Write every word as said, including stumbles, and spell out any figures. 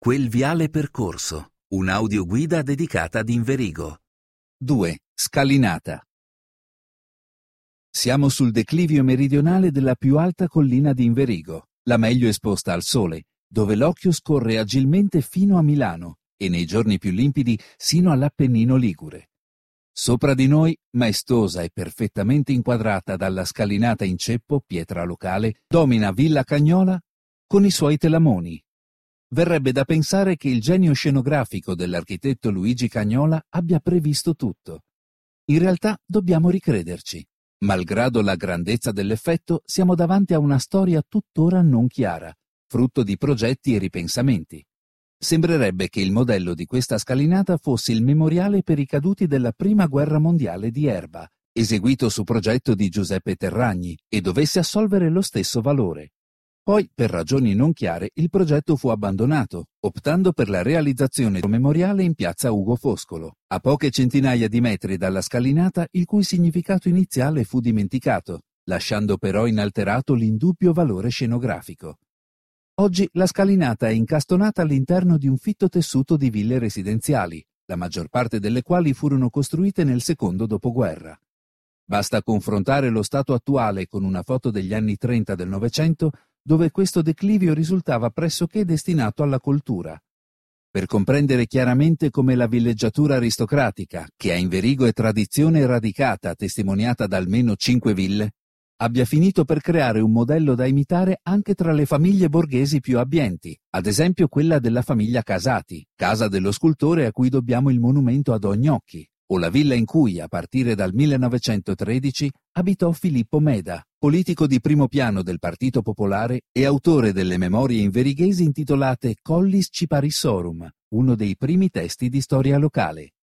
Quel viale percorso, un'audioguida dedicata ad Inverigo. due. Scalinata. Siamo sul declivio meridionale della più alta collina di Inverigo, la meglio esposta al sole, dove l'occhio scorre agilmente fino a Milano e nei giorni più limpidi sino all'Appennino ligure. Sopra di noi, maestosa e perfettamente inquadrata dalla scalinata in ceppo, pietra locale, domina Villa Cagnola con i suoi telamoni. Verrebbe da pensare che il genio scenografico dell'architetto Luigi Cagnola abbia previsto tutto. In realtà dobbiamo ricrederci. Malgrado la grandezza dell'effetto, siamo davanti a una storia tuttora non chiara, frutto di progetti e ripensamenti. Sembrerebbe che il modello di questa scalinata fosse il memoriale per i caduti della Prima Guerra Mondiale di Erba, eseguito su progetto di Giuseppe Terragni, e dovesse assolvere lo stesso valore. Poi, per ragioni non chiare, il progetto fu abbandonato, optando per la realizzazione del memoriale in piazza Ugo Foscolo, a poche centinaia di metri dalla scalinata, il cui significato iniziale fu dimenticato, lasciando però inalterato l'indubbio valore scenografico. Oggi la scalinata è incastonata all'interno di un fitto tessuto di ville residenziali, la maggior parte delle quali furono costruite nel secondo dopoguerra. Basta confrontare lo stato attuale con una foto degli anni trenta del Novecento, dove questo declivio risultava pressoché destinato alla coltura. Per comprendere chiaramente come la villeggiatura aristocratica, che a Inverigo è tradizione radicata, testimoniata da almeno cinque ville, abbia finito per creare un modello da imitare anche tra le famiglie borghesi più abbienti, ad esempio quella della famiglia Casati, casa dello scultore a cui dobbiamo il monumento ad Ognocchi, o la villa in cui, a partire dal millenovecentotredici, abitò Filippo Meda, politico di primo piano del Partito Popolare e autore delle memorie inverighesi intitolate Collis Ciparissorum, uno dei primi testi di storia locale.